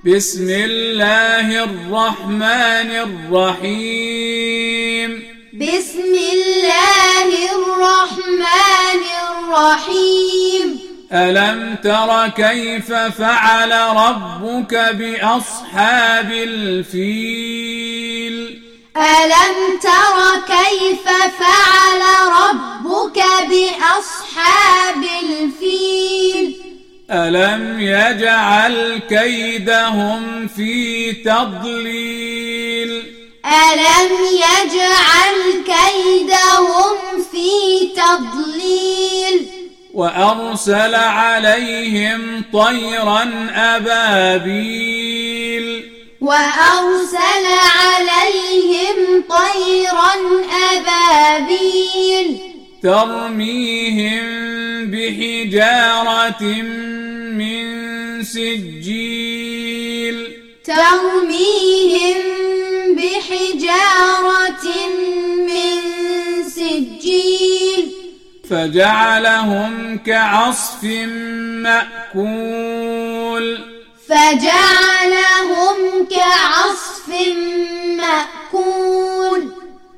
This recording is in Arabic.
بسم الله الرحمن الرحيم. بسم الله الرحمن الرحيم. ألم تر كيف فعل ربك بأصحاب الفيل؟ ألم تر كيف فعل ربك بأصحاب الفيل؟ ألم يجعل كيدهم في تضليل؟ ألم يجعل كيدهم في تضليل؟ وأرسل عليهم طيرا أبابيل. وأرسل عليهم طيرا أبابيل ترميهم بحجارة من سجيل. ترميهم بحجارة من سجيل فجعلهم كعصف مأكول. فجعلهم كعصف